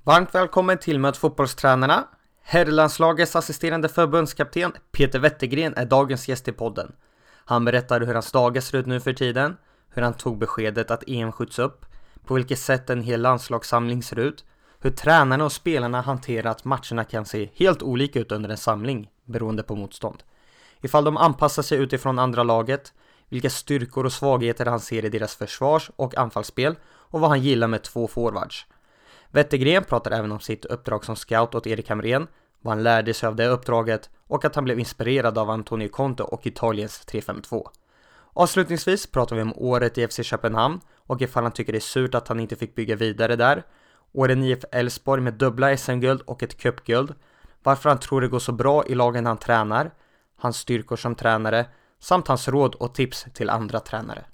Varmt välkommen till Möt fotbollstränarna. Herrlandslagets assisterande förbundskapten Peter Wettergren är dagens gäst i podden. Han berättar hur hans dagar ser ut nu för tiden, hur han tog beskedet att EM skjuts upp, på vilket sätt en hel landslagssamling ser ut, hur tränarna och spelarna hanterar att matcherna kan se helt olika ut under en samling beroende på motstånd. Ifall de anpassar sig utifrån andra laget, vilka styrkor och svagheter han ser i deras försvars- och anfallsspel och vad han gillar med två forwards. Wettergren pratar även om sitt uppdrag som scout åt Erik Hamrén, vad han lärde sig av det uppdraget och att han blev inspirerad av Antonio Conte och Italiens 3-5-2. Avslutningsvis pratar vi om året i FC Köpenhamn och ifall han tycker det är surt att han inte fick bygga vidare där, åren i IF Elfsborg med dubbla SM-guld och ett cupguld, varför han tror det går så bra i lagen han tränar, hans styrkor som tränare samt hans råd och tips till andra tränare.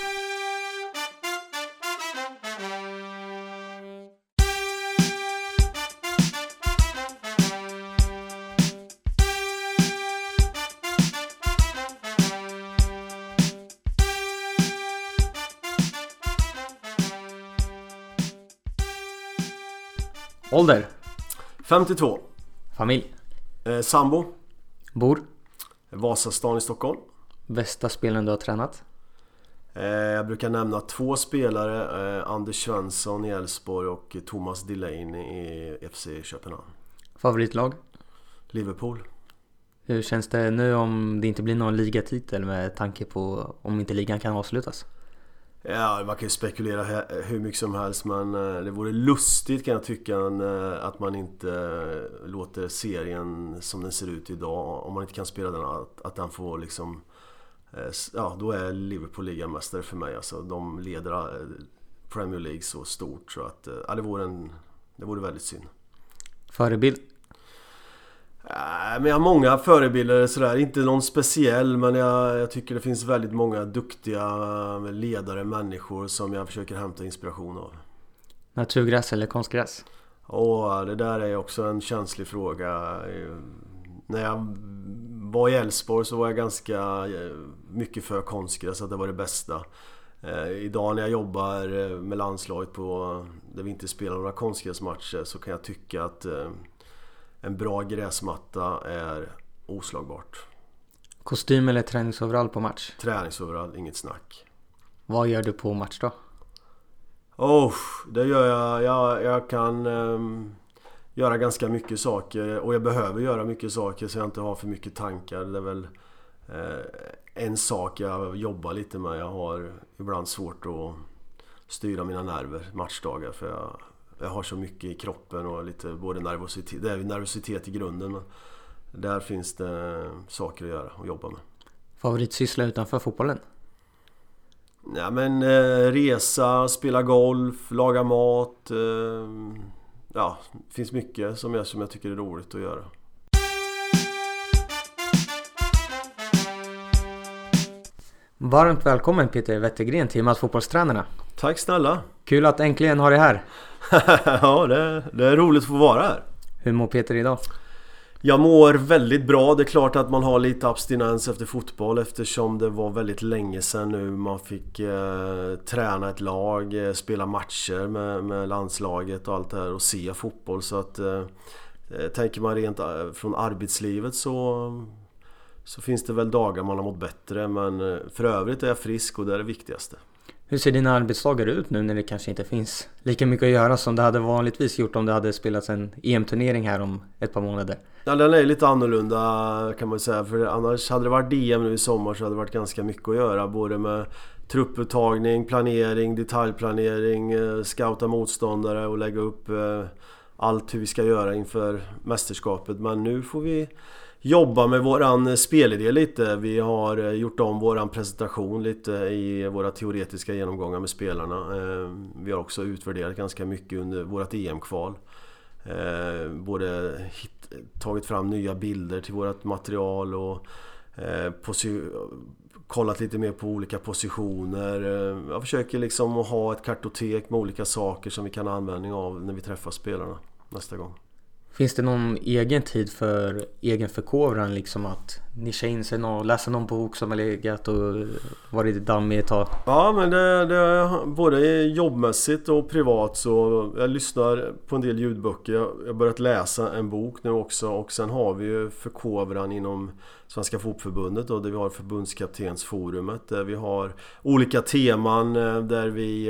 Ålder? 52. Familj? Sambo. Bor? Vasastan i Stockholm. Bästa spelaren du har tränat? Jag brukar nämna två spelare, Anders Svensson i Elfsborg och Thomas Delaney i FC Köpenhamn. Favoritlag? Liverpool. Hur känns det nu om det inte blir någon ligatitel med tanke på om inte ligan kan avslutas? Ja, man kan ju spekulera hur mycket som helst, men det vore lustigt kan jag tycka att man inte låter serien som den ser ut idag, om man inte kan spela den, att den får liksom, ja, då är Liverpool ligamästare för mig. Alltså, de leder Premier League så stort så att ja, det vore väldigt synd. Förebild? Men jag har många förebilder sådär, inte någon speciell, men jag tycker det finns väldigt många duktiga ledare, människor som jag försöker hämta inspiration av. Naturgräs eller konstgräs? Det där är också en känslig fråga. När jag var i Elfsborg så var jag ganska mycket för konstgräs, att det var det bästa. Idag när jag jobbar med landslaget där vi inte spelar några konstgräsmatcher, så kan jag tycka att en bra gräsmatta är oslagbart. Kostym eller träningsoverall på match? Träningsoverall, inget snack. Vad gör du på match då? Det gör jag kan göra ganska mycket saker, och jag behöver göra mycket saker så jag inte har för mycket tankar. Det är väl en sak jag jobbar lite med. Jag har ibland svårt att styra mina nerver matchdagar, för jag har så mycket i kroppen och lite både nervositet. Det är nervositet i grunden, men där finns det saker att göra och jobba med. Favoritsyssla utanför fotbollen? Ja, men resa, spela golf, laga mat. Ja, det finns mycket som jag tycker är roligt att göra. Varmt välkommen Peter Wettergren till Möt fotbollstränarna. Tack snälla. Kul att äntligen ha dig här. Ja, det är roligt att få vara här. Hur mår Peter idag? Jag mår väldigt bra. Det är klart att man har lite abstinens efter fotboll, eftersom det var väldigt länge sedan nu man fick träna ett lag, spela matcher med landslaget och allt det här och se fotboll. Så att tänker man rent från arbetslivet så finns det väl dagar man har mått bättre, men för övrigt är jag frisk och det är det viktigaste. Hur ser dina arbetsdagar ut nu när det kanske inte finns lika mycket att göra som det hade vanligtvis gjort om det hade spelats en EM-turnering här om ett par månader? Ja, den är lite annorlunda kan man säga, för annars hade det varit DM nu i sommar så hade det varit ganska mycket att göra, både med trupputtagning, planering, detaljplanering, scouta motståndare och lägga upp allt hur vi ska göra inför mästerskapet. Men nu får vi jobba med våran spelidé lite. Vi har gjort om våran presentation lite i våra teoretiska genomgångar med spelarna. Vi har också utvärderat ganska mycket under vårat EM-kval. Både tagit fram nya bilder till vårat material och kollat lite mer på olika positioner. Jag försöker liksom ha ett kartotek med olika saker som vi kan ha användning av när vi träffar spelarna nästa gång. Finns det någon egen tid för egen förkovran, liksom att nischa in sig och läsa någon bok som har legat och varit dammig ett tag? Ja, men det både jobbmässigt och privat, så jag lyssnar på en del ljudböcker. Jag har börjat läsa en bok nu också, och sen har vi ju förkovran inom Svenska Fotbollförbundet då, där vi har förbundskaptensforumet, där vi har olika teman, där vi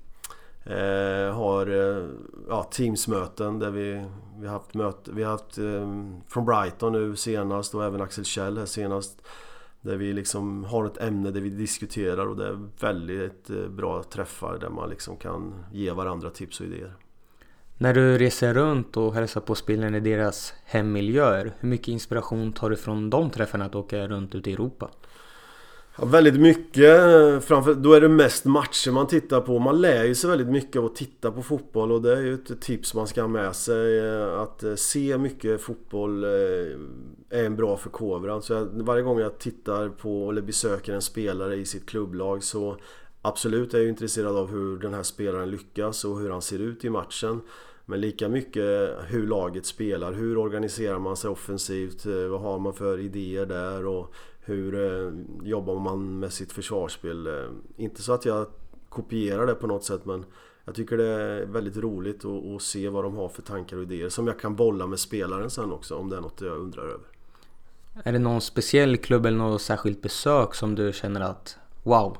har teamsmöten där vi har haft från Brighton nu senast, och även Axel Kjell här senast, där vi liksom har ett ämne där vi diskuterar, och det är väldigt bra träffar där man liksom kan ge varandra tips och idéer. När du reser runt och hälsar på spelarna i deras hemmiljöer, hur mycket inspiration tar du från de träffarna att åka runt ute i Europa? Ja, väldigt mycket. Då är det mest matcher man tittar på. Man lär ju sig väldigt mycket av att titta på fotboll, och det är ju ett tips man ska ha med sig. Att se mycket fotboll är en bra förkovran. Så varje gång jag tittar på eller besöker en spelare i sitt klubblag, så absolut är jag intresserad av hur den här spelaren lyckas och hur han ser ut i matchen. Men lika mycket hur laget spelar, hur organiserar man sig offensivt, vad har man för idéer där, och hur jobbar man med sitt försvarsspel. Inte så att jag kopierar det på något sätt, men jag tycker det är väldigt roligt att se vad de har för tankar och idéer som jag kan bolla med spelaren sen också, om det är något jag undrar över. Är det någon speciell klubb eller något särskilt besök som du känner att wow?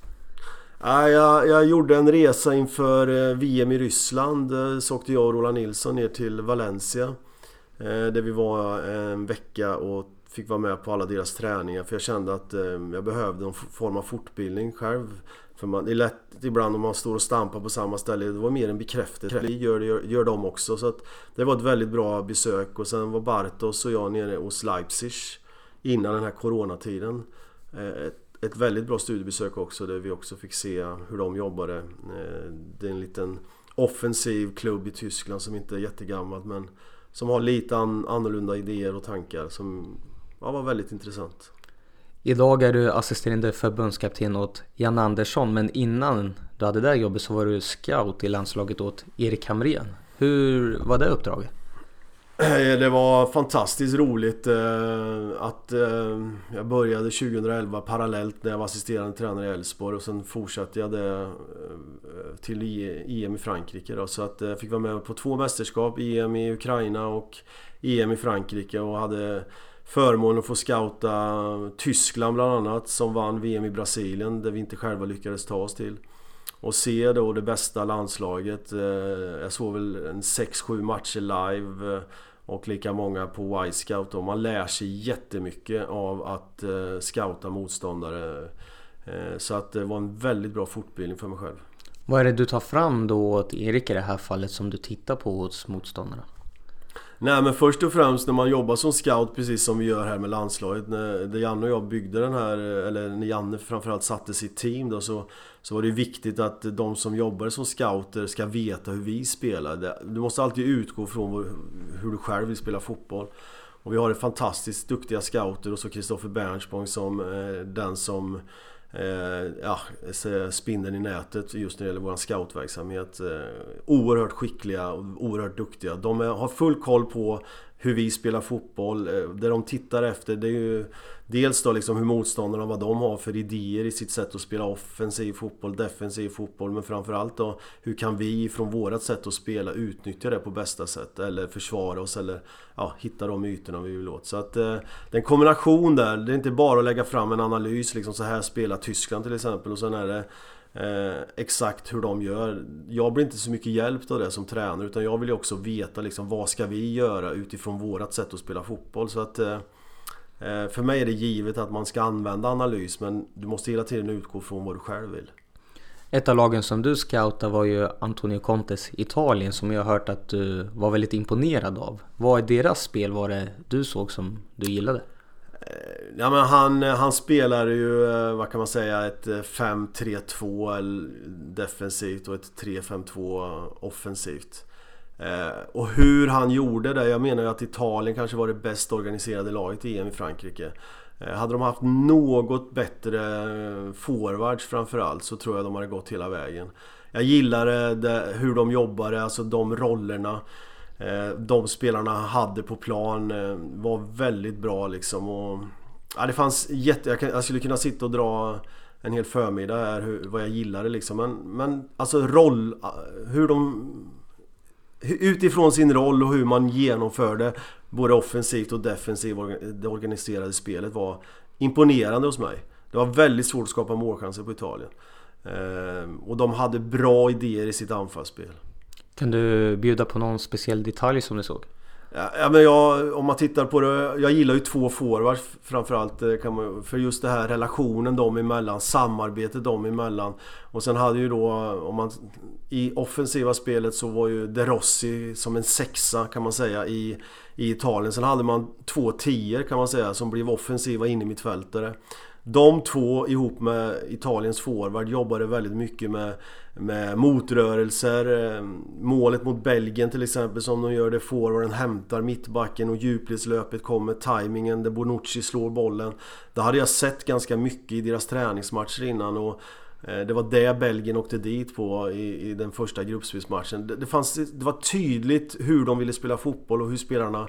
Jag gjorde en resa inför VM i Ryssland. Så åkte jag och Roland Nilsson ner till Valencia, där vi var en vecka och fick vara med på alla deras träningar, för jag kände att jag behövde någon form av fortbildning själv. För det är lätt ibland om man står och stampar på samma ställe. Det var mer en bekräftelse. Gör de också. Så att det var ett väldigt bra besök. Och sen var Bartos och jag nere hos Leipzig innan den här coronatiden. Ett väldigt bra studiebesök också, där vi också fick se hur de jobbade. Det är en liten offensiv klubb i Tyskland som inte är jättegammal, men som har lite annorlunda idéer och tankar som var väldigt intressant. Idag är du assisterande förbundskapten åt Jan Andersson, men innan du hade det jobbet så var du scout i landslaget åt Erik Hamrén. Hur var det uppdraget? Det var fantastiskt roligt att jag började 2011 parallellt när jag var assisterande tränare i Elfsborg, och sen fortsatte jag det till EM i Frankrike då. Så att jag fick vara med på 2 mästerskap, EM i Ukraina och EM i Frankrike, och hade förmånen att få scouta Tyskland bland annat, som vann VM i Brasilien där vi inte själva lyckades ta oss till. Och se då det bästa landslaget. Jag såg väl en 6-7 matcher live och lika många på Y-scout. Och man lär sig jättemycket av att scouta motståndare. Så att det var en väldigt bra fortbildning för mig själv. Vad är det du tar fram då åt Erik i det här fallet som du tittar på hos motståndarna? Nej, men först och främst när man jobbar som scout, precis som vi gör här med landslaget, när Janne och jag byggde den här, eller när Janne framförallt satte sitt team då, så var det viktigt att de som jobbar som scouter ska veta hur vi spelar. Du måste alltid utgå från hur du själv vill spela fotboll. Och vi har fantastiskt duktiga scouter, och så Kristoffer Bernsborg som den som spindeln i nätet just när det gäller vår scoutverksamhet. Oerhört skickliga och oerhört duktiga. De har full koll på hur vi spelar fotboll. Det de tittar efter, det är ju dels då liksom hur motståndarna, vad de har för idéer i sitt sätt att spela offensiv fotboll, defensiv fotboll, men framförallt då hur kan vi från vårat sätt att spela utnyttja det på bästa sätt, eller försvara oss, eller hitta de ytorna vi vill åt. Så att det är en kombination där. Det är inte bara att lägga fram en analys liksom, så här spelar Tyskland till exempel, och sen är det exakt hur de gör. Jag blir inte så mycket hjälpt av det som tränare, utan jag vill ju också veta liksom, vad ska vi göra utifrån vårat sätt att spela fotboll. Så att för mig är det givet att man ska använda analys, men du måste hela tiden utgå från vad du själv vill. Ett av lagen som du scoutade var ju Antonio Contes Italien, som jag har hört att du var väldigt imponerad av. Vad i deras spel var det du såg som du gillade? Ja, men han spelar ju, vad kan man säga, ett 5-3-2 defensivt och ett 3-5-2 offensivt. Och hur han gjorde det, jag menar ju att Italien kanske var det bäst organiserade laget i EM i Frankrike. Hade de haft något bättre forwards framförallt, så tror jag de hade gått hela vägen. Jag gillade hur de jobbade, alltså de rollerna. de spelarna hade på plan var väldigt bra liksom. Och ja, det fanns jag skulle kunna sitta och dra en hel förmiddag här vad jag gillade liksom. Men alltså hur de utifrån sin roll och hur man genomförde både offensivt och defensivt det organiserade spelet var imponerande hos mig. Det var väldigt svårt att skapa målchanser på Italien. Och de hade bra idéer i sitt anfallsspel. Kan du bjuda på någon speciell detalj som du såg? Ja, men om man tittar på det, jag gillar ju två forwards framförallt för just det här relationen dem emellan, samarbetet dem emellan. Och sen hade ju då, i offensiva spelet så var ju De Rossi som en sexa kan man säga i Italien. Sen hade man 2 10 kan man säga som blev offensiva in i mittfältare. De två ihop med Italiens forward jobbade väldigt mycket med motrörelser. Målet mot Belgien till exempel som de gör det, forwarden hämtar mittbacken och djupledslöpet kommer, timingen där Bonucci slår bollen. Det hade jag sett ganska mycket i deras träningsmatcher innan och det var det Belgien åkte dit på i den första gruppspelsmatchen. Det var tydligt hur de ville spela fotboll och hur spelarna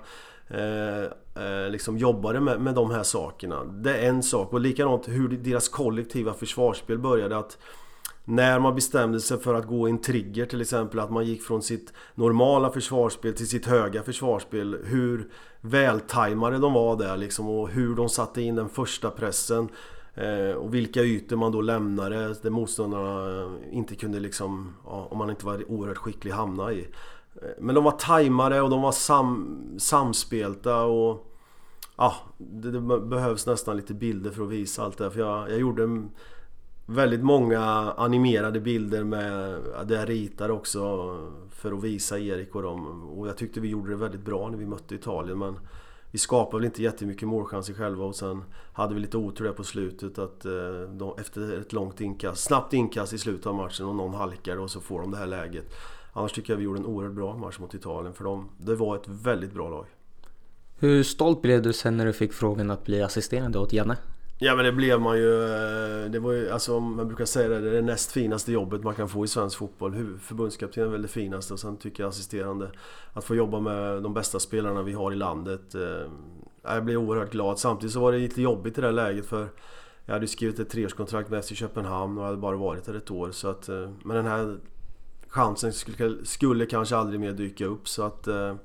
liksom jobbade med de här sakerna. Det är en sak. Och likadant hur deras kollektiva försvarsspel började, att när man bestämde sig för att gå i en trigger till exempel, att man gick från sitt normala försvarsspel till sitt höga försvarsspel, hur vältajmade de var där liksom, och hur de satte in den första pressen och vilka ytor man då lämnade där motståndarna inte kunde liksom, om man inte var oerhört skicklig, hamna i. Men de var tajmade och de var samspelta och ja, det behövs nästan lite bilder för att visa allt det. För jag gjorde väldigt många animerade bilder med det jag ritade också för att visa Erik och dem. Och jag tyckte vi gjorde det väldigt bra när vi mötte Italien, men vi skapade väl inte jättemycket målchanser själva och sen hade vi lite otur där på slutet att efter ett snabbt inkast i slutet av matchen och någon halkar och så får de det här läget. Annars tycker jag vi gjorde en oerhört bra match mot Italien för det var ett väldigt bra lag. Hur stolt blev du sen när du fick frågan att bli assisterande åt Janne? Ja, men det blev man ju. Det var ju, alltså man brukar säga det är det näst finaste jobbet man kan få i svensk fotboll. Förbundskapten är väl det finaste och sen tycker jag assisterande. Att få jobba med de bästa spelarna vi har i landet. Jag blev oerhört glad. Samtidigt så var det lite jobbigt i det här läget för jag hade skrivit ett 3-årskontrakt med FC Köpenhamn och hade bara varit där ett år. Så att, men den här chansen skulle kanske aldrig mer dyka upp, så att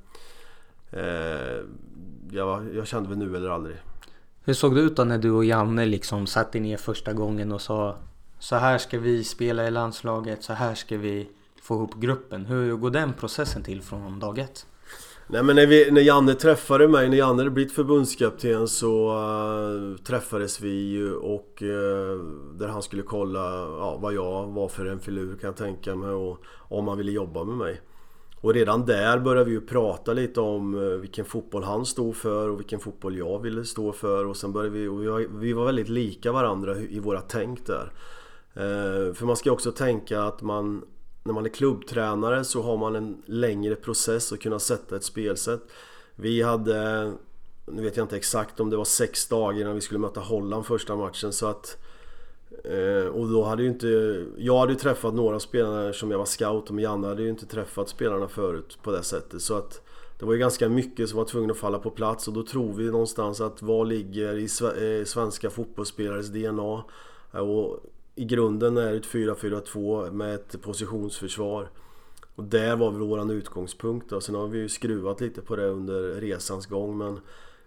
jag kände väl nu eller aldrig. Hur såg det ut då när du och Janne liksom satt ner första gången och sa så här ska vi spela i landslaget, så här ska vi få ihop gruppen? Hur går den processen till från dag ett? Nej, men när Janne träffade mig, när Janne hade blivit förbundskapten så träffades vi ju och där han skulle kolla vad jag var för en filur kan jag tänka mig och om han ville jobba med mig. Och redan där började vi ju prata lite om vilken fotboll han stod för och vilken fotboll jag ville stå för. Och sen började vi var väldigt lika varandra i våra tänk där. För man ska också tänka att när man är klubbtränare så har man en längre process att kunna sätta ett spelsätt. Vi hade, nu vet jag inte exakt om det var 6 dagar innan vi skulle möta Holland första matchen, så att och då hade ju inte jag hade ju träffat några spelare som jag var scout, och Janne hade ju inte träffat spelarna förut på det sättet, så att det var ju ganska mycket som var tvungen att falla på plats. Och då tror vi någonstans att vad ligger i svenska fotbollsspelares DNA, och i grunden är det ett 4-4-2 med ett positionsförsvar. Och där var väl våran utgångspunkt då. Sen har vi ju skruvat lite på det under resans gång, men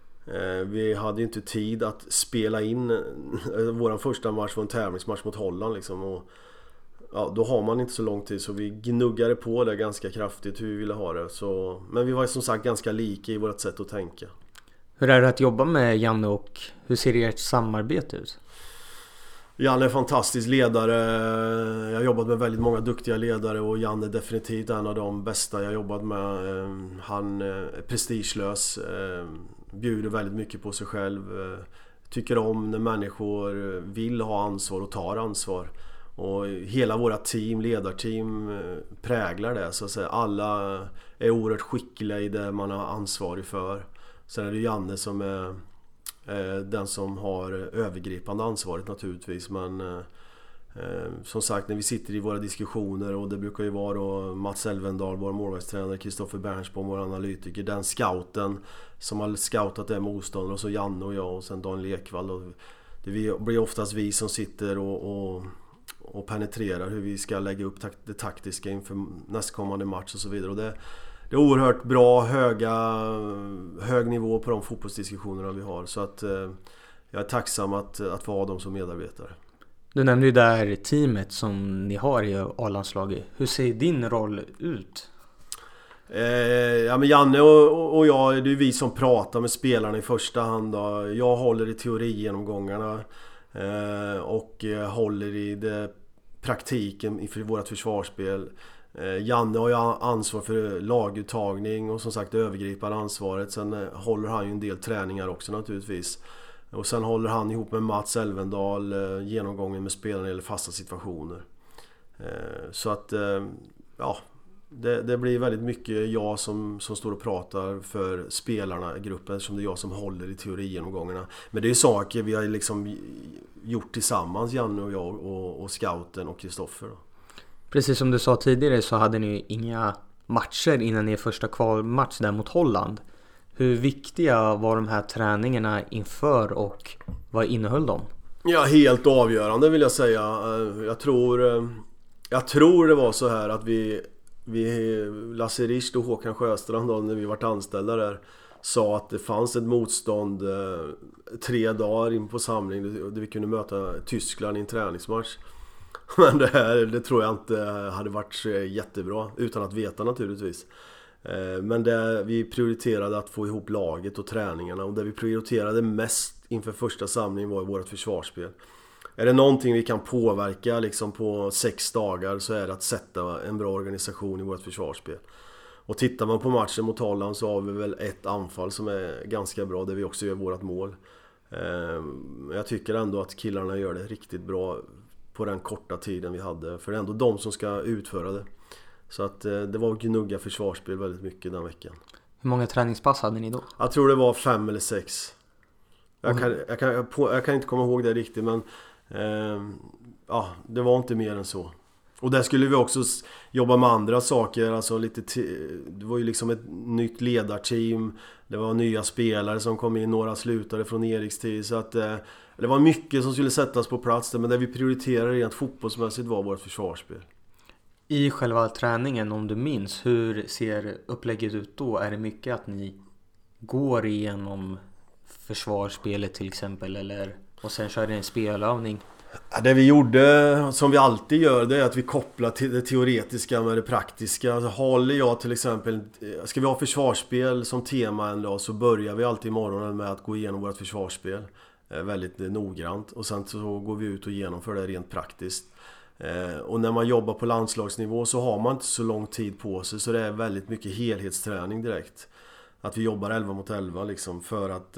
vi hade ju inte tid att spela in. Våran första match var en tävlingsmatch mot Holland liksom, och ja, då har man inte så lång tid, så vi gnuggade på det ganska kraftigt hur vi ville ha det. Så, men vi var som sagt ganska lika i vårt sätt att tänka. Hur är det att jobba med Janne och hur ser ert samarbete ut? Janne är en fantastisk ledare. Jag har jobbat med väldigt många duktiga ledare och Janne är definitivt en av de bästa jag jobbat med. Han är prestigelös, bjuder väldigt mycket på sig själv, tycker om när människor vill ha ansvar och tar ansvar. Och hela våra ledarteam präglar det, så att säga. Alla är oerhört skickliga i det man har ansvar för. Sen är det Janne som är den som har övergripande ansvaret naturligtvis, men Som sagt, när vi sitter i våra diskussioner, och det brukar ju vara då Mats Elvendal, vår målvaktstränare, Kristoffer Bernsbom, vår analytiker, den scouten som har scoutat det motståndare, och så Janne och jag och sen Daniel Ekvall, och det blir oftast vi som sitter och penetrerar hur vi ska lägga upp det taktiska inför nästkommande match och så vidare. Och det är oerhört bra, hög nivå på de fotbollsdiskussionerna vi har, så att jag är tacksam att få ha dem som medarbetare. Du nämnde ju där teamet som ni har i A-landslaget. Hur ser din roll ut? Ja, men Janne och jag, det är vi som pratar med spelarna i första hand då. Jag håller i teorigenomgångarna och håller i praktiken inför vårt försvarsspel. Janne har ju ansvar för laguttagning och som sagt det övergripande ansvaret. Sen håller han ju en del träningar också naturligtvis. Och sen håller han ihop med Mats Elvendal genomgången med spelarna eller fasta situationer. Så att ja, det blir väldigt mycket jag som står och pratar för spelarna i gruppen, som det är jag som håller i teorigenomgångarna. Men det är ju saker vi har liksom gjort tillsammans, Janne och jag och scouten och Kristoffer. Precis som du sa tidigare så hade ni inga matcher innan er första kvalmatch där mot Holland. Hur viktiga var de här träningarna inför och vad innehöll de? Ja, helt avgörande vill jag säga. Jag tror det var så här att vi Lasse Richt och Håkan Sjöstrand då, när vi vart anställda där, sa att det fanns ett motstånd 3 dagar in på samling där vi kunde möta Tyskland i en träningsmatch. Men det tror jag inte hade varit jättebra, utan att veta naturligtvis. Men vi prioriterade att få ihop laget och träningarna, och det vi prioriterade mest inför första samlingen var vårt försvarsspel. Är det någonting vi kan påverka liksom på 6 dagar, så är det att sätta en bra organisation i vårt försvarsspel. Och tittar man på matchen mot Holland så har vi väl ett anfall som är ganska bra, där vi också gör vårt mål. Jag tycker ändå att killarna gör det riktigt bra på den korta tiden vi hade, för det är ändå de som ska utföra det. Så att det var gnugga försvarsspel väldigt mycket den veckan. Hur många träningspass hade ni då? Jag tror det var 5 eller 6. Jag kan inte komma ihåg det riktigt, men ja, det var inte mer än så. Och där skulle vi också jobba med andra saker, alltså det var ju liksom ett nytt ledarteam, det var nya spelare som kom in, några slutade från Eriks tid, så att det var mycket som skulle sättas på plats där, men det vi prioriterade rent fotbollsmässigt var vårt försvarsspel. I själva träningen, om du minns, hur ser upplägget ut då? Är det mycket att ni går igenom försvarsspelet till exempel, eller och sen kör ni en spelövning? Det vi gjorde, som vi alltid gör, det är att vi kopplar till det teoretiska med det praktiska. Alltså, håller jag till exempel, ska vi ha försvarsspel som tema en dag, så börjar vi alltid morgonen med att gå igenom vårt försvarsspel väldigt noggrant, och sen så går vi ut och genomför det rent praktiskt. Och när man jobbar på landslagsnivå så har man inte så lång tid på sig, så det är väldigt mycket helhetsträning direkt. Att vi jobbar 11 mot 11 liksom, för att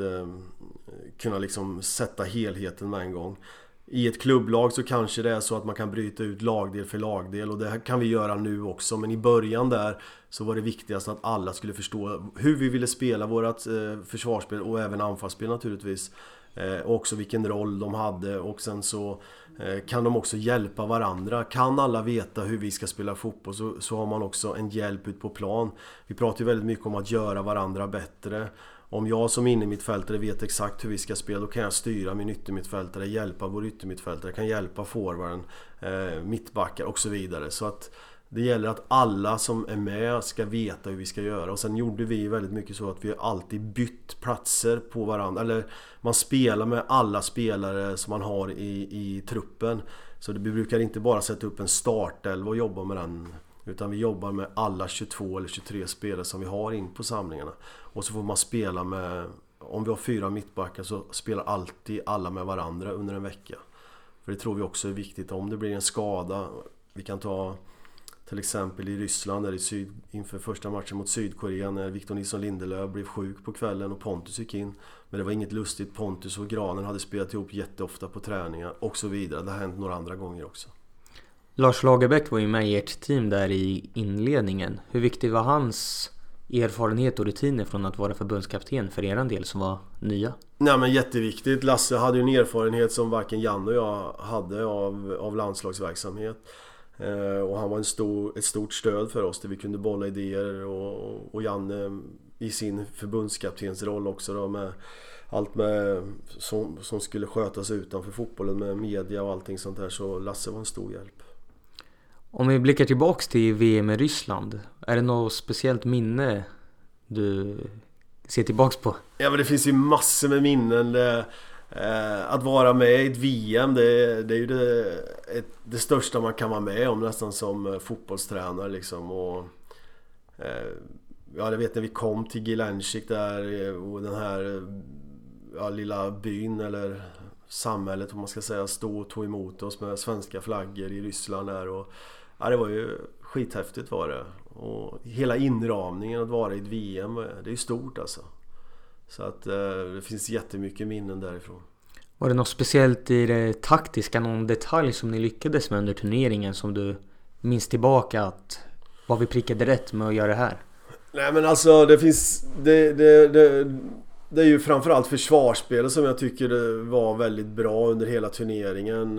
kunna liksom sätta helheten med en gång. I ett klubblag så kanske det är så att man kan bryta ut lagdel för lagdel, och det kan vi göra nu också. Men i början där så var det viktigast att alla skulle förstå hur vi ville spela vårat försvarsspel och även anfallsspel naturligtvis. Och också vilken roll de hade, och sen så kan de också hjälpa varandra. Kan alla veta hur vi ska spela fotboll, så har man också en hjälp ut på plan. Vi pratar ju väldigt mycket om att göra varandra bättre. Om jag som innermittfältare vet exakt hur vi ska spela, då kan jag styra min yttermittfältare, hjälpa vår yttermittfältare, kan hjälpa forwarden, mittbackar och så vidare. Så att det gäller att alla som är med ska veta hur vi ska göra. Och sen gjorde vi väldigt mycket så att vi alltid bytt platser på varandra. Eller man spelar med alla spelare som man har i truppen. Så vi brukar inte bara sätta upp en startelva och jobba med den, utan vi jobbar med alla 22 eller 23 spelare som vi har in på samlingarna. Och så får man spela med, om vi har 4 mittbackar så spelar alltid alla med varandra under en vecka. För det tror vi också är viktigt om det blir en skada. Vi kan ta till exempel i Ryssland där inför första matchen mot Sydkorea, när Victor Nilsson Lindelöf blev sjuk på kvällen och Pontus gick in. Men det var inget lustigt, Pontus och Granen hade spelat ihop jätteofta på träningar och så vidare. Det har hänt några andra gånger också. Lars Lagerbäck var ju med i ert team där i inledningen. Hur viktig var hans erfarenhet och rutiner från att vara förbundskapten för er del som var nya? Nej, men jätteviktigt. Lasse hade ju en erfarenhet som varken Jan och jag hade av landslagsverksamhet. Och han var ett stort stöd för oss där vi kunde bolla idéer, och Janne i sin förbundskaptensroll också då, med allt med som skulle skötas utanför fotbollen med media och allting sånt där, så Lasse var en stor hjälp. Om vi blickar tillbaks till VM i Ryssland, är det något speciellt minne du ser tillbaks på? Ja, men det finns ju massor med minnen. Att vara med i ett VM, det är ju det största man kan vara med om nästan som fotbollstränare liksom. Och jag vet när vi kom till Gelencik där, och den här lilla byn eller samhället, om man ska säga, stod och tog emot oss med svenska flaggor i Ryssland där, och det var ju skithäftigt var det. Och hela inramningen att vara i ett VM, det är ju stort alltså. Så att det finns jättemycket minnen därifrån. Var det något speciellt i det taktiska, någon detalj som ni lyckades med under turneringen som du minns tillbaka att vad vi prickade rätt med att göra det här? Nej, men alltså det finns det är ju framförallt försvarsspelet som jag tycker det var väldigt bra under hela turneringen.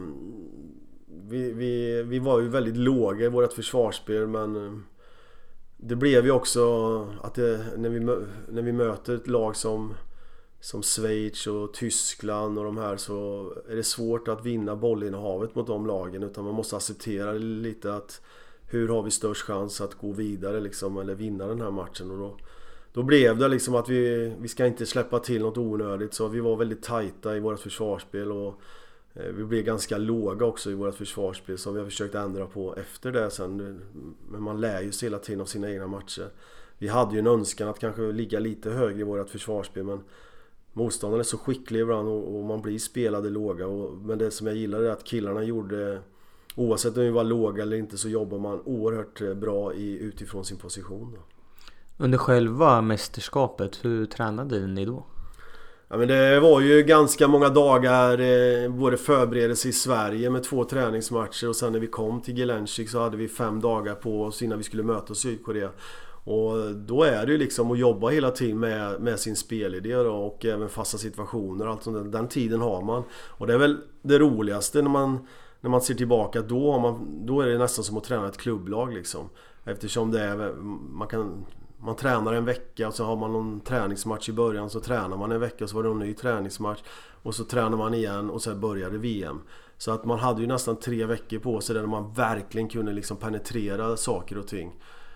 Vi var ju väldigt låga i vårt försvarsspel, men det blev ju också att när vi möter ett lag som Schweiz och Tyskland och de här, så är det svårt att vinna bollinnehavet mot de lagen, utan man måste acceptera lite att hur har vi störst chans att gå vidare liksom, eller vinna den här matchen. Och då blev det liksom att vi ska inte släppa till något onödigt, så vi var väldigt tajta i vårt försvarsspel, och vi blev ganska låga också i vårt försvarsspel som vi har försökt ändra på efter det sen. Men man lär ju sig hela tiden av sina egna matcher. Vi hade ju en önskan att kanske ligga lite högre i vårt försvarsspel, men motståndaren är så skicklig ibland och man blir spelade låga. Men det som jag gillar är att killarna gjorde, oavsett om vi var låga eller inte, så jobbar man oerhört bra utifrån sin position då. Under själva mästerskapet, hur tränade ni då? Ja, men det var ju ganska många dagar både förberedelse i Sverige med 2 träningsmatcher, och sen när vi kom till Gelencik så hade vi 5 dagar på oss innan vi skulle möta Sydkorea. Och då är det ju liksom att jobba hela tiden med sin spelidé då, och även fasta situationer och allt sånt. Den tiden har man, och det är väl det roligaste när man ser tillbaka. Då är det nästan som att träna ett klubblag liksom, eftersom det är, man tränar en vecka och så har man någon träningsmatch i början, så tränar man en vecka och så var det en ny träningsmatch och så tränar man igen och så började VM. Så att man hade ju nästan 3 veckor på sig där man verkligen kunde liksom penetrera saker och ting.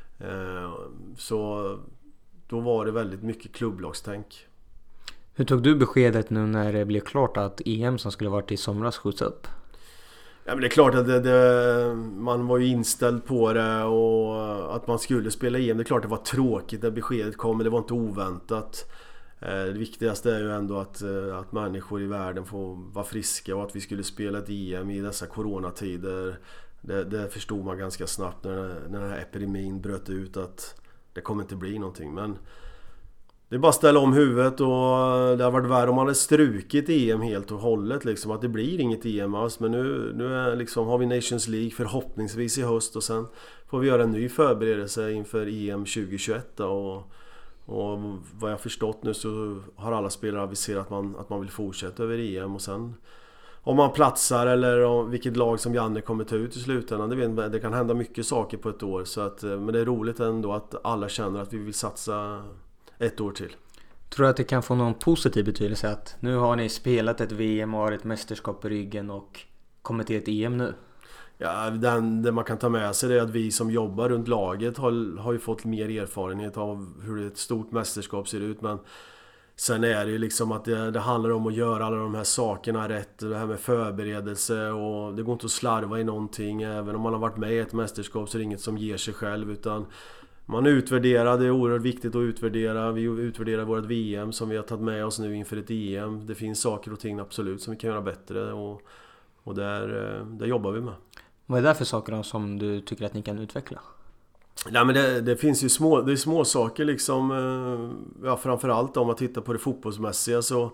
Så då var det väldigt mycket klubblagstänk. Hur tog du beskedet nu när det blev klart att EM som skulle varit i somras skjuts upp? Ja, men det är klart att man var ju inställd på det, och att man skulle spela EM. Det är klart det var tråkigt när beskedet kom, men det var inte oväntat. Det viktigaste är ju ändå att människor i världen får vara friska, och att vi skulle spela ett EM i dessa coronatider. Det förstod man ganska snabbt när den här epidemin bröt ut, att det kommer inte bli någonting. Men det är bara att ställa om huvudet, och det har varit värre om man hade strukit EM helt och hållet liksom, att det blir inget EM alls. Men nu är liksom, har vi Nations League förhoppningsvis i höst, och sen får vi göra en ny förberedelse inför EM 2021 då, och vad jag förstått nu så har alla spelare aviserat att man vill fortsätta över EM, och sen om man platsar eller vilket lag som Janne kommer ta ut i slutändan, det kan hända mycket saker på ett år. Så att, men det är roligt ändå att alla känner att vi vill satsa ett år till. Tror du att det kan få någon positiv betydelse att nu har ni spelat ett VM och har ett mästerskap på ryggen och kommer till ett EM nu? Ja, det man kan ta med sig är att vi som jobbar runt laget har ju fått mer erfarenhet av hur ett stort mästerskap ser ut. Men sen är det ju liksom att det handlar om att göra alla de här sakerna rätt. Det här med förberedelse, och det går inte att slarva i någonting. Även om man har varit med i ett mästerskap så är det inget som ger sig själv, utan man utvärderar. Det är oerhört viktigt att utvärdera. Vi utvärderar vårt VM som vi har tagit med oss nu inför ett EM. Det finns saker och ting absolut som vi kan göra bättre, och där jobbar vi med. Vad är det för saker då som du tycker att ni kan utveckla? Nej, men det finns ju små saker liksom, ja, framförallt om man tittar på det fotbollsmässiga så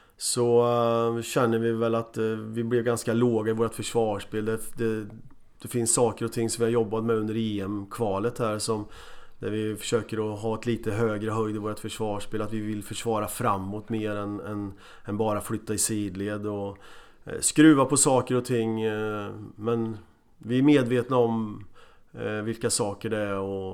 känner vi väl att vi blev ganska låga i vårt försvarsspel. Det finns saker och ting som vi har jobbat med under EM-kvalet här som Där vi försöker att ha ett lite högre höjd i vårt försvarsspel. Att vi vill försvara framåt mer än bara flytta i sidled och skruva på saker och ting. Men vi är medvetna om vilka saker det är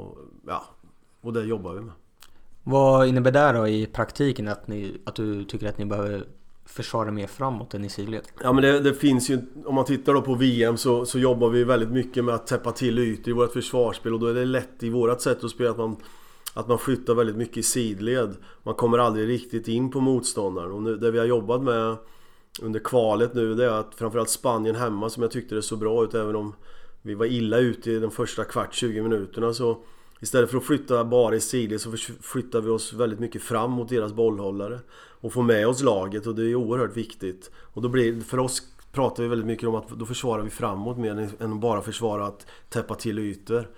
och det jobbar vi med. Vad innebär det då i praktiken att du tycker att ni behöver försvara mer framåt än i sidled? Ja, men det finns ju, om man tittar då på VM så jobbar vi väldigt mycket med att täppa till ytor i vårt försvarsspel, och då är det lätt i vårat sätt att spela att man flyttar väldigt mycket i sidled. Man kommer aldrig riktigt in på motståndaren, och nu, det vi har jobbat med under kvalet nu, det är att framförallt Spanien hemma, som jag tyckte det så bra ut även om vi var illa ute i de första 20 minuterna, så istället för att flytta bara i sidled så flyttar vi oss väldigt mycket fram mot deras bollhållare och får med oss laget, och det är oerhört viktigt. Och då blir, för oss pratar vi väldigt mycket om att då försvarar vi framåt mer än bara försvara att täppa till ytor.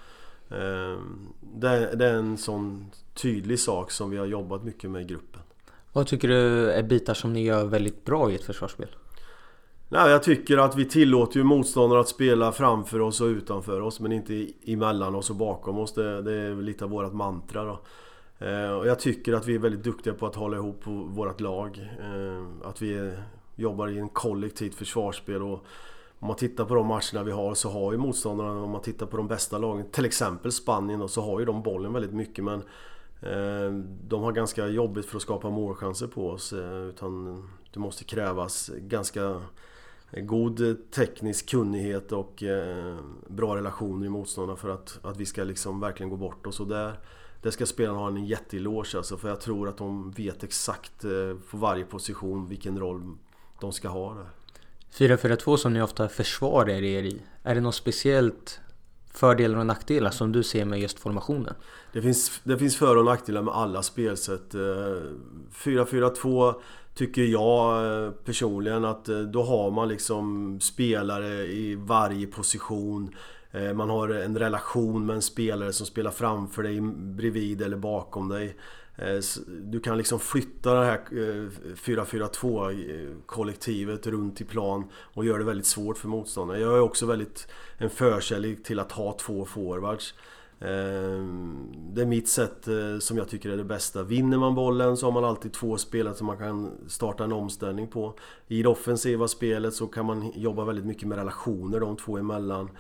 Det är en sån tydlig sak som vi har jobbat mycket med i gruppen. Vad tycker du är bitar som ni gör väldigt bra i ett försvarsspel? Nej, jag tycker att vi tillåter ju motståndare att spela framför oss och utanför oss, men inte emellan oss och bakom oss. Det är lite av vårt mantra då. Och jag tycker att vi är väldigt duktiga på att hålla ihop vårt lag. Att vi jobbar i en kollektivt försvarsspel, och om man tittar på de matcherna vi har så har ju motståndarna, om man tittar på de bästa lagen, till exempel Spanien då, så har ju de bollen väldigt mycket, men de har ganska jobbigt för att skapa målchanser på oss, utan det måste krävas ganska god teknisk kunnighet och bra relationer i motståndarna för att vi ska liksom verkligen gå bort oss. Och där ska spelarna ha en jätteeloge, alltså, för jag tror att de vet exakt på varje position vilken roll de ska ha där. 4-4-2 som ni ofta försvarar er i, är det något speciellt fördelar och nackdelar som du ser med just formationen? Det finns för- och nackdelar med alla spelsätt. 4-4-2 tycker jag personligen att då har man liksom spelare i varje position. Man har en relation med en spelare som spelar framför dig, bredvid eller bakom dig. Du kan liksom flytta det här 4-4-2 kollektivet runt i plan och gör det väldigt svårt för motståndare. Jag är också väldigt en förkärlek till att ha 2 forwards. Det är mitt sätt som jag tycker är det bästa. Vinner man bollen så har man alltid 2 spelare som man kan starta en omställning på. I det offensiva spelet så kan man jobba väldigt mycket med relationer de 2 emellan.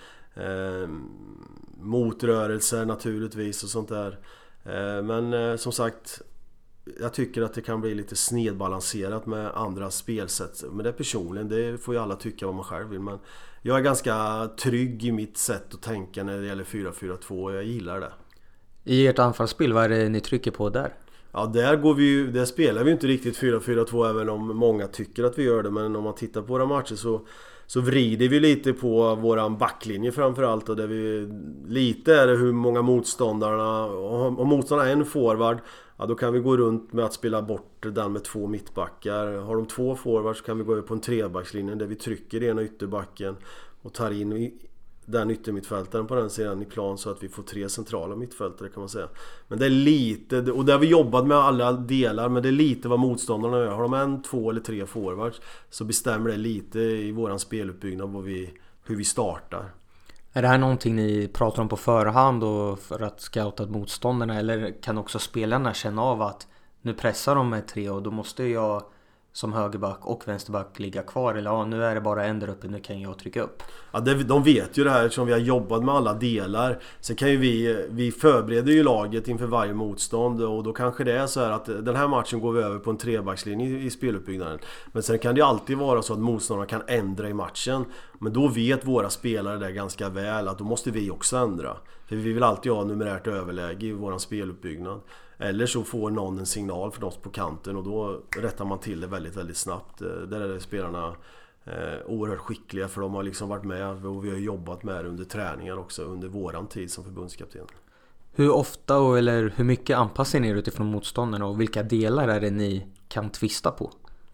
Motrörelser naturligtvis och sånt där. Men som sagt, jag tycker att det kan bli lite snedbalanserat med andra spelsätt. Men det är personligen, det får ju alla tycka vad man själv vill. Men jag är ganska trygg i mitt sätt att tänka när det gäller 4-4-2 och jag gillar det. I ert anfallsspel, vad är det ni trycker på där? Ja, där spelar vi inte riktigt 4-4-2 även om många tycker att vi gör det. Men om man tittar på våra matcher så vrider vi lite på våran backlinje framförallt, och där vi lite är det hur många motståndarna, om motståndarna är en forward, ja, då kan vi gå runt med att spela bort den med 2 mittbackar. Har de 2 forwards så kan vi gå över på en 3-backslinje där vi trycker ena ytterbacken och tar in den yttermittfältaren på den sidan i plan, så att vi får 3 centrala mittfältare kan man säga. Men det är lite, och där har vi jobbat med alla delar, men det är lite vad motståndarna gör. Har de 1, 2 eller 3 forwards så bestämmer det lite i våran speluppbyggnad hur vi startar. Är det här någonting ni pratar om på förhand och för att scouta motståndarna, eller kan också spelarna känna av att nu pressar de med 3 och då måste jag som högerback och vänsterback ligga kvar, eller ja, nu är det bara en där uppe, nu kan jag trycka upp? Ja, de vet ju det här eftersom vi har jobbat med alla delar. Sen kan ju vi förbereder ju laget inför varje motstånd, och då kanske det är så här att den här matchen går vi över på en 3-backslinje i speluppbyggnaden. Men sen kan det ju alltid vara så att motståndarna kan ändra i matchen. Men då vet våra spelare där ganska väl att då måste vi också ändra. För vi vill alltid ha numerärt överläge i våran speluppbyggnad. Eller så får någon en signal för oss på kanten och då rättar man till det väldigt, väldigt snabbt. Där är spelarna oerhört skickliga, för de har liksom varit med och vi har jobbat med det under träningar också under våran tid som förbundskapten. Hur ofta eller hur mycket anpassar ni er utifrån motståndarna och vilka delar är det ni kan tvista på?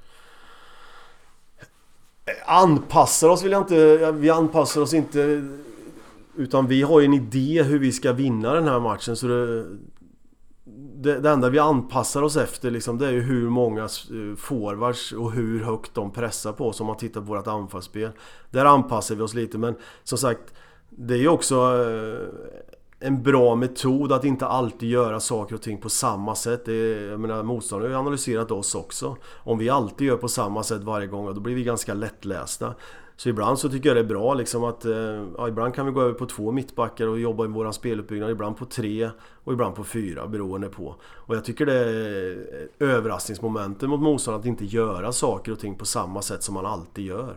Anpassar oss vill jag inte, vi anpassar oss inte, utan vi har ju en idé hur vi ska vinna den här matchen, så det enda vi anpassar oss efter liksom, det är ju hur många forwards och hur högt de pressar på oss om man tittar på vårt anfallsspel. Där anpassar vi oss lite, men som sagt, det är ju också en bra metod att inte alltid göra saker och ting på samma sätt. Jag menar, motståndare har ju analyserat oss också. Om vi alltid gör på samma sätt varje gång, då blir vi ganska lättlästa. Så ibland så tycker jag det är bra liksom att ibland kan vi gå över på 2 mittbackar och jobba i våran speluppbyggnad, ibland på 3 och ibland på 4 beroende på. Och jag tycker det är överraskningsmomenten mot motståndaren att inte göra saker och ting på samma sätt som man alltid gör.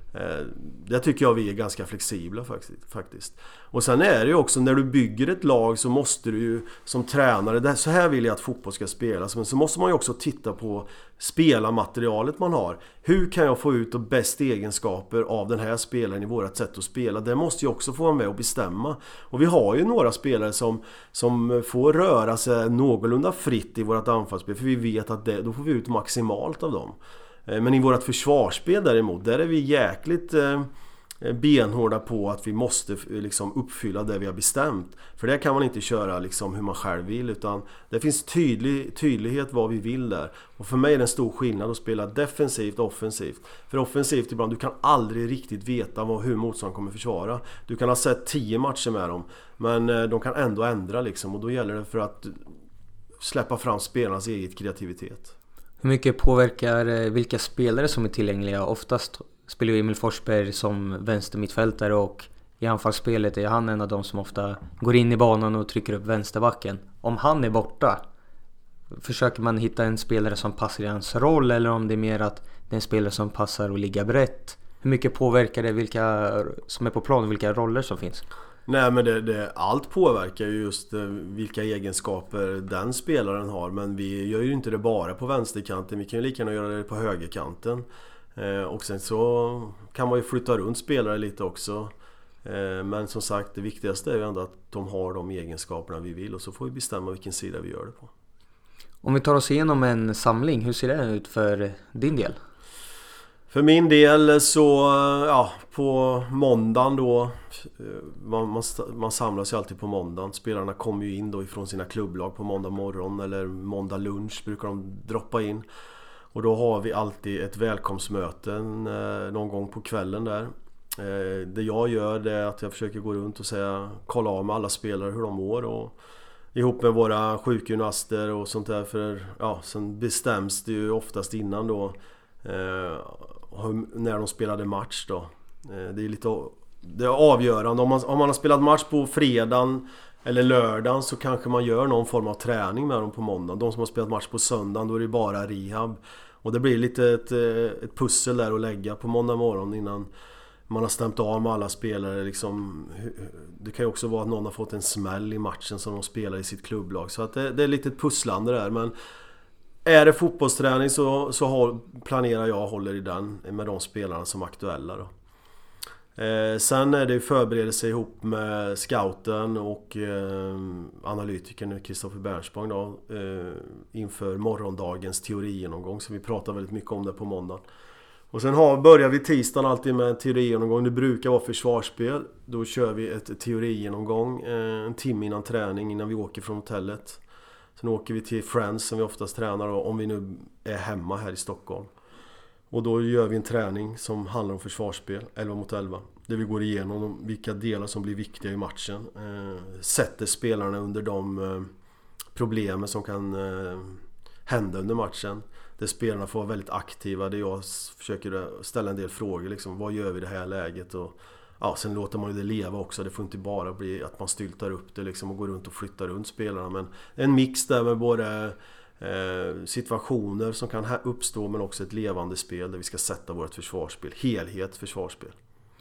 Det tycker jag vi är ganska flexibla faktiskt. Och sen är det ju också, när du bygger ett lag så måste du ju som tränare, så här vill jag att fotboll ska spelas, men så måste man ju också titta på spelarmaterialet man har. Hur kan jag få ut de bästa egenskaper av den här spelaren i vårat sätt att spela? Det måste ju också få vara med och bestämma. Och vi har ju några spelare som får röra sig någorlunda fritt i vårat anfallsspel, för vi vet att då får vi ut maximalt av dem. Men i vårt försvarsspel däremot, där är vi jäkligt benhårda på att vi måste liksom uppfylla det vi har bestämt. För det kan man inte köra liksom hur man själv vill, utan det finns tydlighet vad vi vill där. Och för mig är det en stor skillnad att spela defensivt och offensivt. För offensivt ibland, du kan aldrig riktigt veta hur motståndaren kommer försvara. Du kan ha sett 10 matcher med dem, men de kan ändå ändra liksom. Och då gäller det för att släppa fram spelarnas egen kreativitet. Hur mycket påverkar vilka spelare som är tillgängliga? Oftast spelar ju Emil Forsberg som vänstermittfältare, och i anfallsspelet är han en av de som ofta går in i banan och trycker upp vänsterbacken. Om han är borta, försöker man hitta en spelare som passar i hans roll, eller om det är mer att det är en spelare som passar att ligga brett? Hur mycket påverkar det vilka som är på plan och vilka roller som finns? Nej, men allt påverkar ju just vilka egenskaper den spelaren har. Men vi gör ju inte det bara på vänsterkanten. Vi kan ju lika gärna göra det på högerkanten. Och sen så kan man ju flytta runt spelare lite också. Men som sagt, det viktigaste är ju ändå att de har de egenskaperna vi vill. Och så får vi bestämma vilken sida vi gör det på. Om vi tar oss igenom en samling, hur ser det ut för din del? För min del så, på måndagen då, man samlas ju alltid på måndagen. Spelarna kommer ju in då ifrån sina klubblag på måndag morgon, eller måndag lunch brukar de droppa in. Och då har vi alltid ett välkomstmöte någon gång på kvällen där. Det jag gör, det är att jag försöker gå runt och kolla av med alla spelare hur de mår, och ihop med våra sjukgymnaster och sånt där. För sen bestäms det ju oftast innan då när de spelade match då. Det är avgörande. Om man har spelat match på fredagen eller lördagen, så kanske man gör någon form av träning med dem på måndagen. De som har spelat match på söndagen, då är det bara rehab. Och det blir lite ett pussel där att lägga på måndag morgon innan man har stämt av med alla spelare liksom. Det kan ju också vara att någon har fått en smäll i matchen som de spelar i sitt klubblag. Så att det är lite ett pusslande där. Men är det fotbollsträning så planerar jag och håller i den med de spelarna som är aktuella då. Sen är det förberedelse ihop med scouten och analytikern Kristoffer Bernspång då, inför morgondagens teorigenomgång, så vi pratar väldigt mycket om det på måndagen. Och sen börjar vi tisdagen alltid med en teorigenomgång. Det brukar vara försvarsspel. Då kör vi ett teorigenomgång en timme innan träning, innan vi åker från hotellet. Sen åker vi till Friends som vi oftast tränar då, om vi nu är hemma här i Stockholm. Och då gör vi en träning som handlar om försvarsspel, 11 mot 11. Där vi går igenom vilka delar som blir viktiga i matchen. Sätter spelarna under de problemen som kan hända under matchen. Där spelarna får vara väldigt aktiva. Där jag försöker ställa en del frågor. Liksom, vad gör vi i det här läget? Och sen låter man ju det leva också. Det får inte bara bli att man styltar upp det liksom, och går runt och flyttar runt spelarna. Men en mix där med både situationer som kan uppstå, men också ett levande spel där vi ska sätta vårt försvarsspel, försvarsspel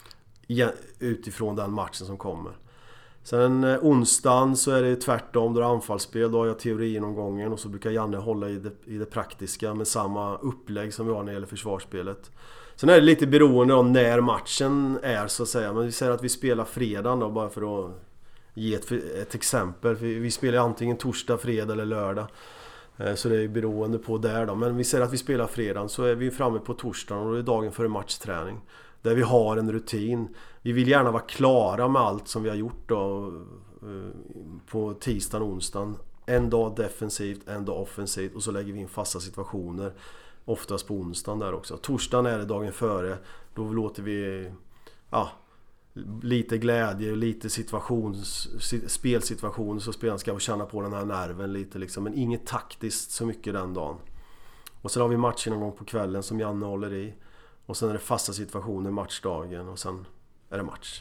utifrån den matchen som kommer. Sen onsdagen så är det tvärtom, då är det anfallsspel. Då har jag teorigenomgången, och så brukar Janne hålla i det praktiska med samma upplägg som vi har när det gäller försvarsspelet. Sen är det lite beroende om när matchen är, så att säga. Men vi säger att vi spelar fredagen då, bara för att ge ett exempel. Vi spelar antingen torsdag, fredag eller lördag. Så det är beroende på där då. Men vi säger att vi spelar fredagen, så är vi framme på torsdagen, och det är dagen före matchträning. Där vi har en rutin. Vi vill gärna vara klara med allt som vi har gjort då, på tisdagen och onsdagen. En dag defensivt, en dag offensivt, och så lägger vi in fasta situationer. Oftast på onsdagen där också. Torsdagen är det dagen före. Då låter vi lite glädje, lite spelsituation, så spelaren ska känna på den här nerven lite liksom. Men inget taktiskt så mycket den dagen. Och sen har vi matchen någon gång på kvällen som Janne håller i. Och sen är det fasta situationer matchdagen och sen är det match.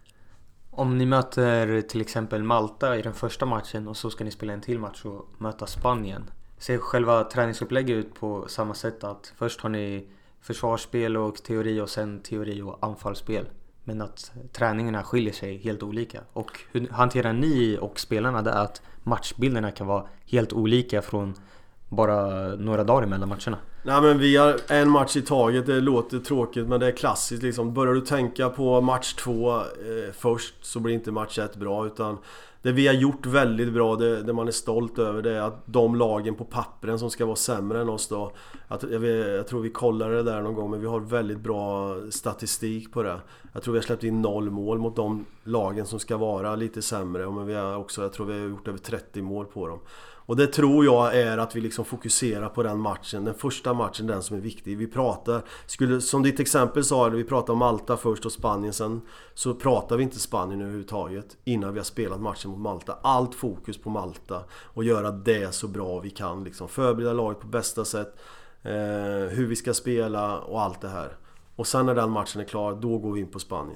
Om ni möter till exempel Malta i den första matchen och så ska ni spela en till match och möta Spanien. Ser själva träningsupplägget ut på samma sätt, att först har ni försvarsspel och teori och sen teori och anfallsspel? Men att träningarna skiljer sig helt olika. Och hur hanterar ni och spelarna det att matchbilderna kan vara helt olika från bara några dagar mellan matcherna? Nej, men vi har en match i taget. Det låter tråkigt men det är klassiskt liksom. Börjar du tänka på match 2 först så blir inte match 1 bra, utan det vi har gjort väldigt bra, det man är stolt över, det är att de lagen på pappren som ska vara sämre än oss då, jag tror vi kollade det där någon gång, men vi har väldigt bra statistik på det. Jag tror vi har släppt in 0 mål mot de lagen som ska vara lite sämre, men vi har också, jag tror vi har gjort över 30 mål på dem. Och det tror jag är att vi liksom fokuserar på den matchen, den första matchen, den som är viktig. Vi pratar, som ditt exempel sa, vi pratar om Malta först och Spanien sen, så pratar vi inte Spanien överhuvudtaget innan vi har spelat matchen mot Malta. Allt fokus på Malta och göra det så bra vi kan liksom. Förbereda laget på bästa sätt, hur vi ska spela och allt det här. Och sen när den matchen är klar, då går vi in på Spanien.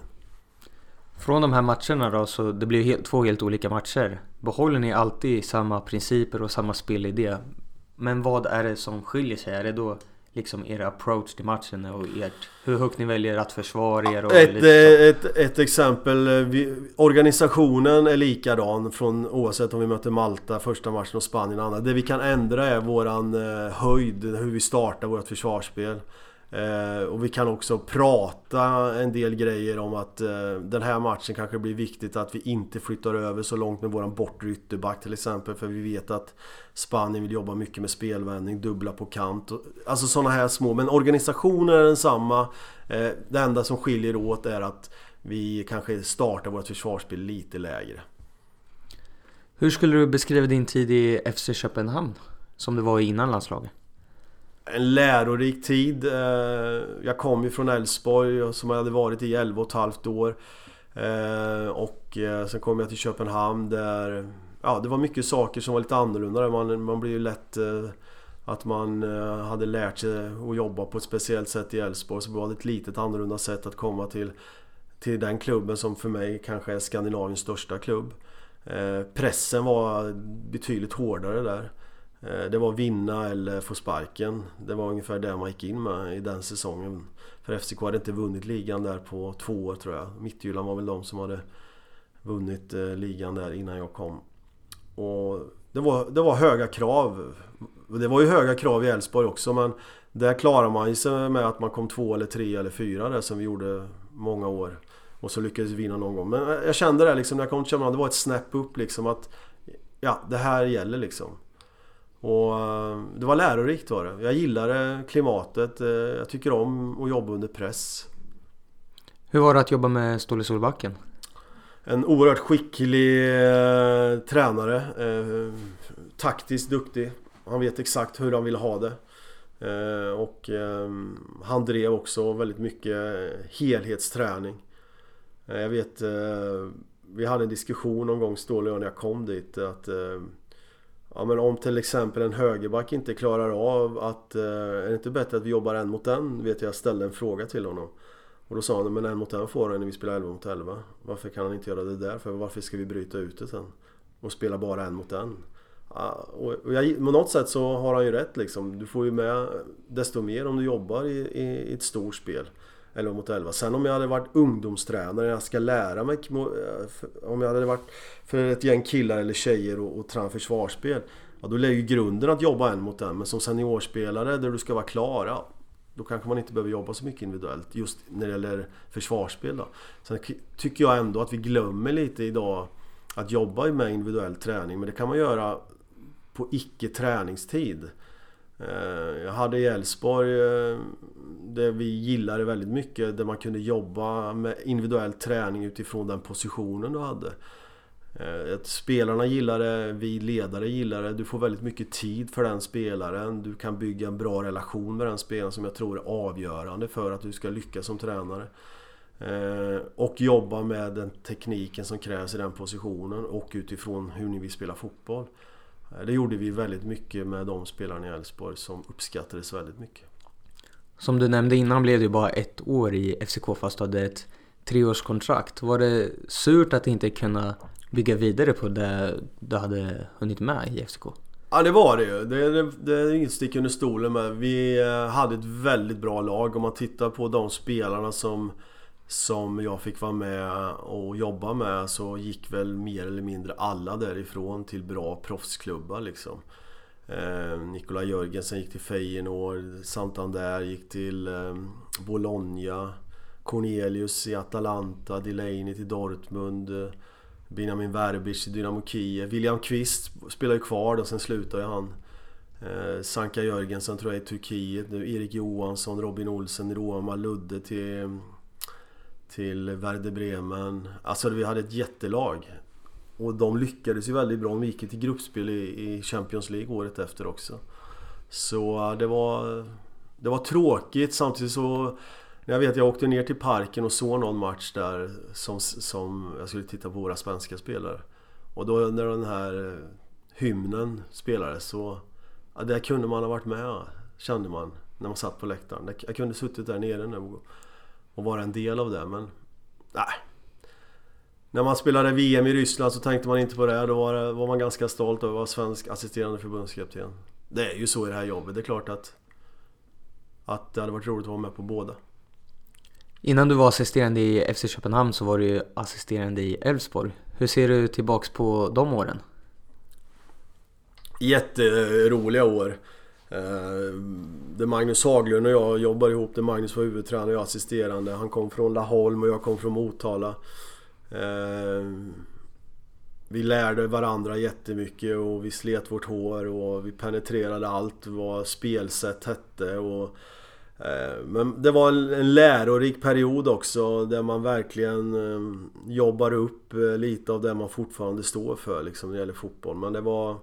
Från de här matcherna då, så det blir två helt olika matcher. Behåller ni alltid samma principer och samma spelidé? Men vad är det som skiljer sig? Är det då liksom er approach till matchen och hur högt ni väljer att försvara er? Och ett exempel, organisationen är likadan från, oavsett om vi möter Malta första matchen och Spanien andra. Det vi kan ändra är våran höjd, hur vi startar vårt försvarsspel. Och vi kan också prata en del grejer om att den här matchen kanske blir viktigt att vi inte flyttar över så långt med våran bortre ytterback till exempel, för vi vet att Spanien vill jobba mycket med spelvändning, dubbla på kant, alltså sådana här små, men organisationen är densamma. Det enda som skiljer åt är att vi kanske startar vårt försvarsspel lite lägre. Hur skulle du beskriva din tid i FC Köpenhamn som det var innan landslaget? En lärorik tid. Jag kom ju från Elfsborg som jag hade varit i 11,5 år. Och sen kom jag till Köpenhamn där det var mycket saker som var lite annorlunda. Man blir ju lätt att man hade lärt sig att jobba på ett speciellt sätt i Elfsborg, så det var ett litet annorlunda sätt att komma till den klubben som för mig kanske är Skandinaviens största klubb. Pressen var betydligt hårdare där. Det var vinna eller få sparken. Det var ungefär det man gick in med i den säsongen. För FCK hade inte vunnit ligan där på 2 år tror jag. Midtjylland var väl de som hade vunnit ligan där innan jag kom. Och det var höga krav. Det var ju höga krav i Elfsborg också, men där klarar man sig med att man kom 2 eller 3 eller 4 där som vi gjorde många år. Och så lyckades vi vinna någon gång. Men jag kände det liksom när jag kom till Köpenhamn, det var ett snap upp liksom att det här gäller liksom. Och det var lärorikt var det. Jag gillade klimatet. Jag tycker om att jobba under press. Hur var det att jobba med Ståle Solbacken? En oerhört skicklig tränare. Taktiskt duktig. Han vet exakt hur han vill ha det. Och han drev också väldigt mycket helhetsträning. Jag vet, vi hade en diskussion någon gång, Ståle och när jag kom dit, att men om till exempel en högerback inte klarar av att är det inte bättre att vi jobbar en mot en? Vet jag ställde en fråga till honom. Och då sa han, men en mot en får han när vi spelar 11 mot 11. Varför kan han inte göra det där? För varför ska vi bryta ut det sen? Och spela bara en mot en? Och på något sätt så har han ju rätt liksom. Du får ju med desto mer om du jobbar i ett stort spel. 11 mot 11. Sen om jag hade varit ungdomstränare, jag ska lära mig, om jag hade varit för ett gäng killar eller tjejer och träna försvarsspel, då lägger ju grunden att jobba en mot en. Men som seniorspelare där du ska vara klara, då kanske man inte behöver jobba så mycket individuellt just när det gäller försvarsspel då. Sen tycker jag ändå att vi glömmer lite idag att jobba med individuell träning, men det kan man göra på icke-träningstid. Jag hade i Elfsborg det vi gillade väldigt mycket, där man kunde jobba med individuell träning utifrån den positionen du hade. Spelarna gillade, vi ledare gillade, du får väldigt mycket tid för den spelaren, du kan bygga en bra relation med den spelaren som jag tror är avgörande för att du ska lyckas som tränare. Och jobba med den tekniken som krävs i den positionen och utifrån hur ni vill spela fotboll. Det gjorde vi väldigt mycket med de spelarna i Elfsborg som uppskattades väldigt mycket. Som du nämnde innan blev det ju bara 1 år i FCK fast du hade ett 3-årskontrakt. Var det surt att inte kunna bygga vidare på det du hade hunnit med i FCK? Ja, det var det ju. Det är inget stick under stolen med. Vi hade ett väldigt bra lag. Om man tittar på de spelarna som jag fick vara med och jobba med, så gick väl mer eller mindre alla därifrån till bra proffsklubbar liksom. Nikola Jörgensen gick till Feyenoord, Santander gick till Bologna, Cornelius i Atalanta, Delaney till Dortmund, Benjamin Verbic i Dynamo Kiev, William Kvist spelar ju kvar och sen slutar ju han. Sanka Jörgensen tror jag i Turkiet nu, Erik Johansson, Robin Olsen, Roma Ludde till Werder Bremen. Alltså vi hade ett jättelag. Och de lyckades ju väldigt bra. De gick till gruppspel i Champions League året efter också. Så det var tråkigt. Samtidigt så, jag vet jag åkte ner till parken och såg någon match där som jag skulle titta på våra svenska spelare. Och då när den här hymnen spelades så där kunde man ha varit med, kände man när man satt på läktaren. Jag kunde suttit där nere nu och vara en del av det, men nej. När man spelade VM i Ryssland så tänkte man inte på det. Då var man ganska stolt över att vara svensk assisterande förbundskapten. Det är ju så i det här jobbet. Det är klart att det hade varit roligt att vara med på båda. Innan du var assisterande i FC Köpenhamn så var du ju assisterande i Elfsborg. Hur ser du tillbaks på de åren? Jätteroliga år. Det Magnus Haglund och jag jobbar ihop. Det Magnus var huvudtränare och jag assisterande. Han kom från Laholm och jag kom från Motala. Vi lärde varandra jättemycket och vi slet vårt hår och vi penetrerade allt vad spelsätt hette men det var en lärorik period också där man verkligen jobbar upp lite av det man fortfarande står för liksom, när det gäller fotboll. Men det var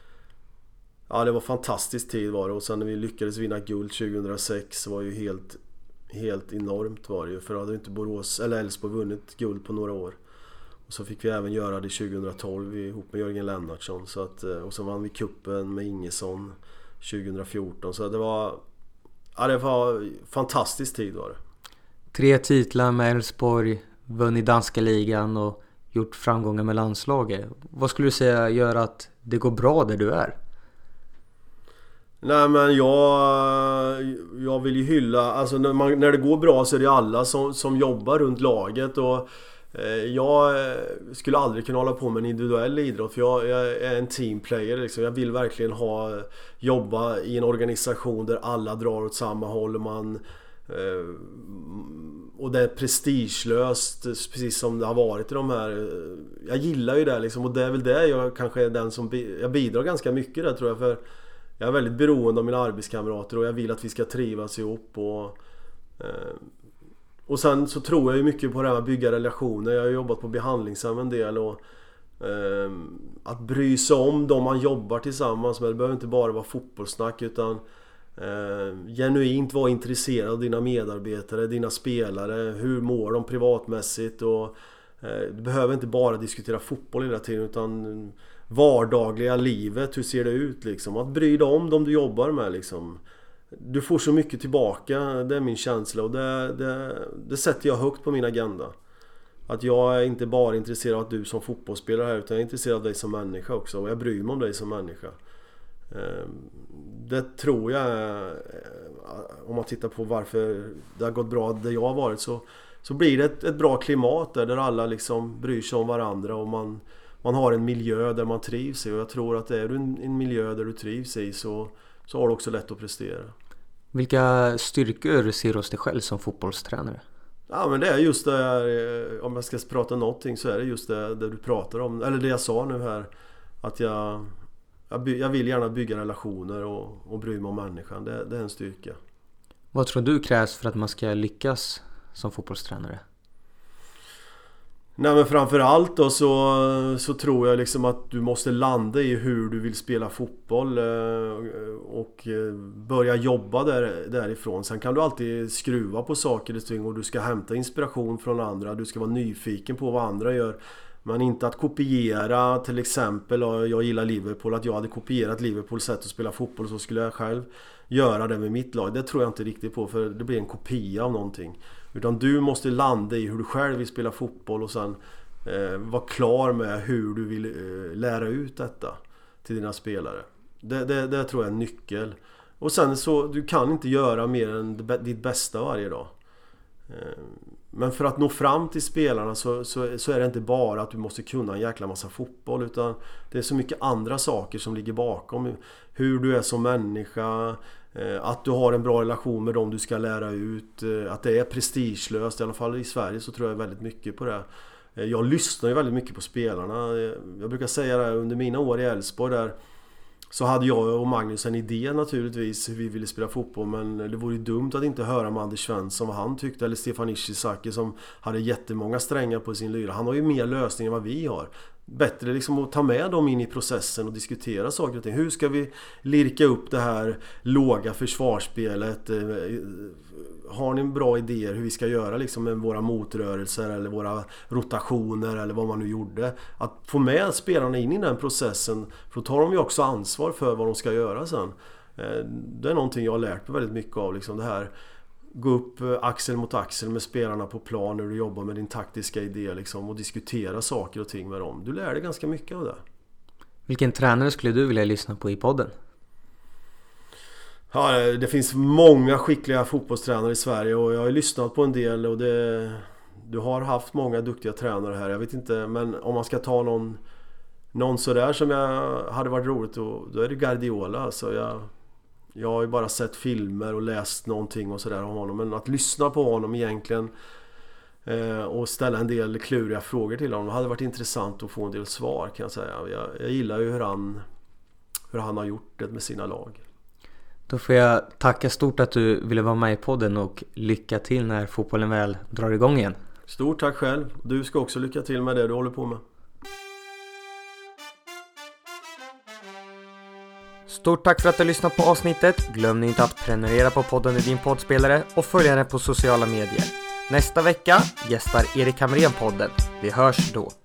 fantastisk tid var det. Och sen när vi lyckades vinna guld 2006 var ju helt enormt var det ju. För då hade inte Borås eller Elfsborg vunnit guld på några år. Och så fick vi även göra det 2012 ihop med Jörgen Lennartsson. Så att, och så vann vi kuppen med Ingesson 2014. Så det var fantastisk tid var det. 3 titlar med Elfsborg, vunnit danska ligan och gjort framgångar med landslaget. Vad skulle du säga gör att det går bra där du är? Nej, men jag vill ju hylla, alltså när det går bra så är det alla som jobbar runt laget. Och jag skulle aldrig kunna hålla på med en individuell idrott, för jag är en teamplayer liksom. Jag vill verkligen jobba i en organisation där alla drar åt samma håll och det är prestigelöst, precis som det har varit i de här. Jag gillar ju det liksom, och det är väl det jag kanske är den som jag bidrar ganska mycket där, tror jag, för jag är väldigt beroende av mina arbetskamrater och jag vill att vi ska trivas ihop. Och sen så tror jag ju mycket på det här med att bygga relationer. Jag har jobbat på behandlingshem en del och att bry sig om de man jobbar tillsammans med. Det behöver inte bara vara fotbollssnack, utan genuint vara intresserad av dina medarbetare, dina spelare. Hur mår de privatmässigt? Och du behöver inte bara diskutera fotboll hela tiden, utan vardagliga livet, hur ser det ut liksom? Att bry dig om dem du jobbar med liksom. Du får så mycket tillbaka, det är min känsla, och det sätter jag högt på min agenda. Att jag är inte bara intresserad av att du som fotbollsspelare här, utan jag är intresserad av dig som människa också, och jag bryr mig om dig som människa. Det tror jag, om man tittar på varför det har gått bra där jag har varit, så blir det ett bra klimat där alla liksom bryr sig om varandra och man har en miljö där man trivs i. Och jag tror att är du en miljö där du trivs i, så har du också lätt att prestera. Vilka styrkor ser du hos dig själv som fotbollstränare? Ja, men det är just det här, om jag ska prata någonting så är det just det du pratar om. Eller det jag sa nu här, att jag vill gärna bygga relationer och bry mig om människan. Det är en styrka. Vad tror du krävs för att man ska lyckas som fotbollstränare? Nej, men framförallt då så tror jag liksom att du måste landa i hur du vill spela fotboll och börja jobba därifrån. Sen kan du alltid skruva på saker och ting och du ska hämta inspiration från andra. Du ska vara nyfiken på vad andra gör. Men inte att kopiera, till exempel, jag gillar Liverpool, att jag hade kopierat Liverpools sätt att spela fotboll, så skulle jag själv göra det med mitt lag. Det tror jag inte riktigt på, för det blir en kopia av någonting. Utan du måste landa i hur du själv vill spela fotboll och sen vara klar med hur du vill lära ut detta till dina spelare. Det tror jag är en nyckel. Och sen så, du kan inte göra mer än ditt bästa varje dag. Men för att nå fram till spelarna så är det inte bara att du måste kunna en jäkla massa fotboll, utan det är så mycket andra saker som ligger bakom. Hur du är som människa, att du har en bra relation med dem du ska lära ut, att det är prestigelöst. I alla fall i Sverige så tror jag väldigt mycket på det. Jag lyssnar ju väldigt mycket på spelarna. Jag brukar säga det, under mina år i Elfsborg där, så hade jag och Magnus en idé naturligtvis hur vi ville spela fotboll, men det vore ju dumt att inte höra med Anders Svensson vad han tyckte, eller Stefan Ishizaki som hade jättemånga strängar på sin lyra. Han har ju mer lösningar än vad vi har. Bättre liksom att ta med dem in i processen och diskutera saker och ting. Hur ska vi lirka upp det här låga försvarsspelet? Har ni bra idéer hur vi ska göra liksom med våra motrörelser eller våra rotationer eller vad man nu gjorde? Att få med spelarna in i den processen, för då tar de ju också ansvar för vad de ska göra sen. Det är någonting jag har lärt mig väldigt mycket av, liksom det här. Gå upp axel mot axel med spelarna på plan när du jobbar med din taktiska idé liksom, och diskutera saker och ting med dem. Du lär dig ganska mycket av det. Vilken tränare skulle du vilja lyssna på i podden? Ja, det finns många skickliga fotbollstränare i Sverige och jag har lyssnat på en del, och du har haft många duktiga tränare här. Jag vet inte, men om man ska ta någon sådär som jag hade varit roligt, då är det Guardiola. Alltså jag har ju bara sett filmer och läst någonting och sådär om honom, men att lyssna på honom egentligen och ställa en del kluriga frågor till honom hade varit intressant att få en del svar, kan jag säga. Jag gillar ju hur han har gjort det med sina lag. Då får jag tacka stort att du ville vara med i podden, och lycka till när fotbollen väl drar igång igen. Stort tack själv. Du ska också lycka till med det du håller på med. Stort tack för att du lyssnat på avsnittet. Glöm inte att prenumerera på podden i din poddspelare och följa den på sociala medier. Nästa vecka gästar Erik Hamrén podden. Vi hörs då.